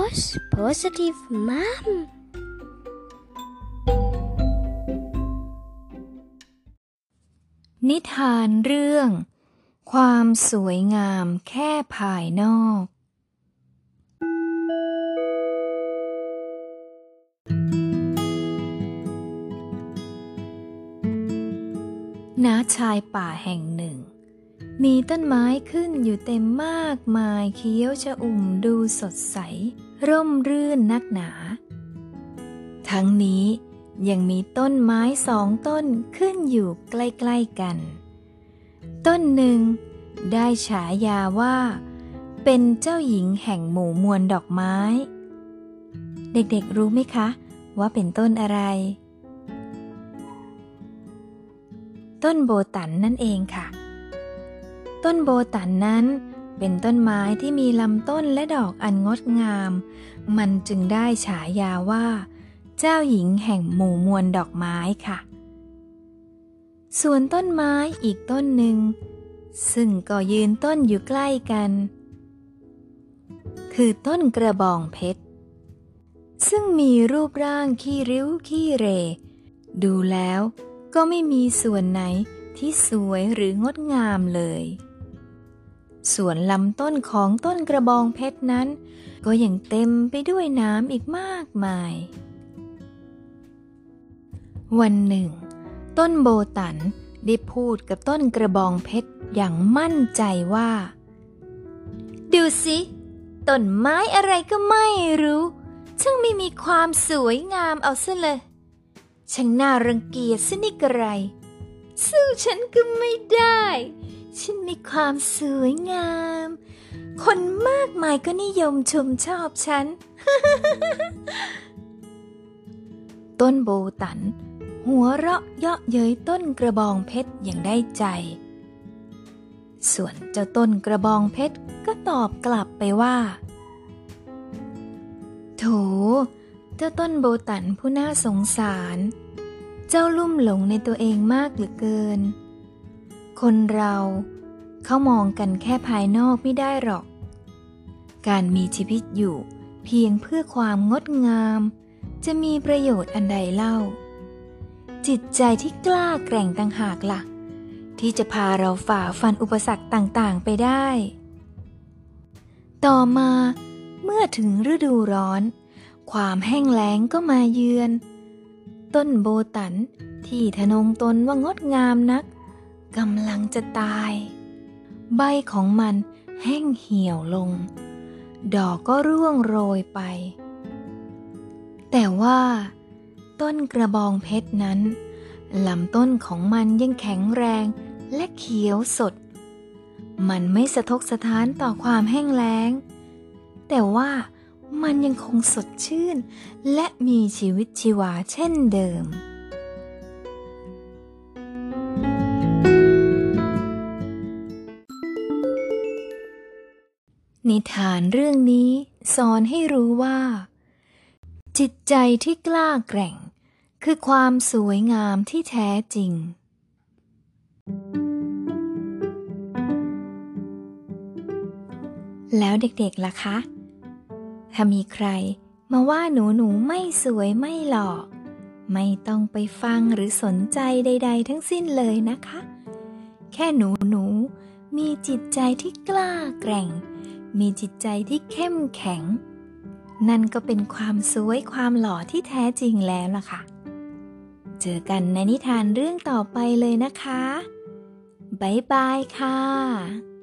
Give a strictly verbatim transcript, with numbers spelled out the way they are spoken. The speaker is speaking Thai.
Boss Positive Mom นิทานเรื่องความสวยงามแค่ภายนอกณ ชายป่าแห่งหนึ่งมีต้นไม้ขึ้นอยู่เต็มมากมายเขียวชอุ่มดูสดใสร่มรื่นนักหนาทั้งนี้ยังมีต้นไม้สองต้นขึ้นอยู่ใกล้ๆกันต้นหนึ่งได้ฉายาว่าเป็นเจ้าหญิงแห่งหมู่มวลดอกไม้เด็กๆรู้ไหมคะว่าเป็นต้นอะไรต้นโบตันนั่นเองค่ะต้นโบตันนั้นเป็นต้นไม้ที่มีลำต้นและดอกอันงดงามมันจึงได้ฉายาว่าเจ้าหญิงแห่งหมู่มวลดอกไม้ค่ะส่วนต้นไม้อีกต้นหนึ่งซึ่งก็ยืนต้นอยู่ใกล้กันคือต้นกระบองเพชรซึ่งมีรูปร่างขี้ริ้วขี้เหร่ดูแล้วก็ไม่มีส่วนไหนที่สวยหรืองดงามเลยส่วนลำต้นของต้นกระบองเพชรนั้นก็ยังเต็มไปด้วยน้ำอีกมากมายวันหนึ่งต้นโบตันได้พูดกับต้นกระบองเพชรอย่างมั่นใจว่าดูสิต้นไม้อะไรก็ไม่รู้ช่างไม่มีความสวยงามเอาซะเลยช่างน่ารังเกียจซะนี่กระไรสู้ฉันก็ไม่ได้ฉันมีความสวยงามคนมากมายก็นิยมชมชอบฉัน ต้นโบตันหัวเราะเยาะเย้ยต้นกระบองเพชรอย่างได้ใจส่วนเจ้าต้นกระบองเพชรก็ตอบกลับไปว่าโถเจ้าต้นโบตันผู้น่าสงสารเจ้าลุ่มหลงในตัวเองมากเหลือเกินคนเราเขามองกันแค่ภายนอกไม่ได้หรอกการมีชีวิตอยู่เพียงเพื่อความงดงามจะมีประโยชน์อันใดเล่าจิตใจที่กล้าแกร่งต่างหากล่ะที่จะพาเราฝ่าฟันอุปสรรคต่างๆไปได้ต่อมาเมื่อถึงฤดูร้อนความแห้งแล้งก็มาเยือนต้นโบตันที่ทะนงตนว่างดงามนักกำลังจะตายใบของมันแห้งเหี่ยวลงดอกก็ร่วงโรยไปแต่ว่าต้นกระบองเพชรนั้นลำต้นของมันยังแข็งแรงและเขียวสดมันไม่สะทกสะท้านต่อความแห้งแล้งแต่ว่ามันยังคงสดชื่นและมีชีวิตชีวาเช่นเดิมนิทานเรื่องนี้สอนให้รู้ว่าจิตใจที่กล้าแกร่งคือความสวยงามที่แท้จริงแล้วเด็กๆล่ะคะถ้ามีใครมาว่าหนูหนูไม่สวยไม่หล่อไม่ต้องไปฟังหรือสนใจใดๆทั้งสิ้นเลยนะคะแค่หนูหนูมีจิตใจที่กล้าแกร่งมีจิตใจที่เข้มแข็งนั่นก็เป็นความสวยความหล่อที่แท้จริงแล้วล่ะค่ะเจอกันในนิทานเรื่องต่อไปเลยนะคะบ๊ายบายค่ะ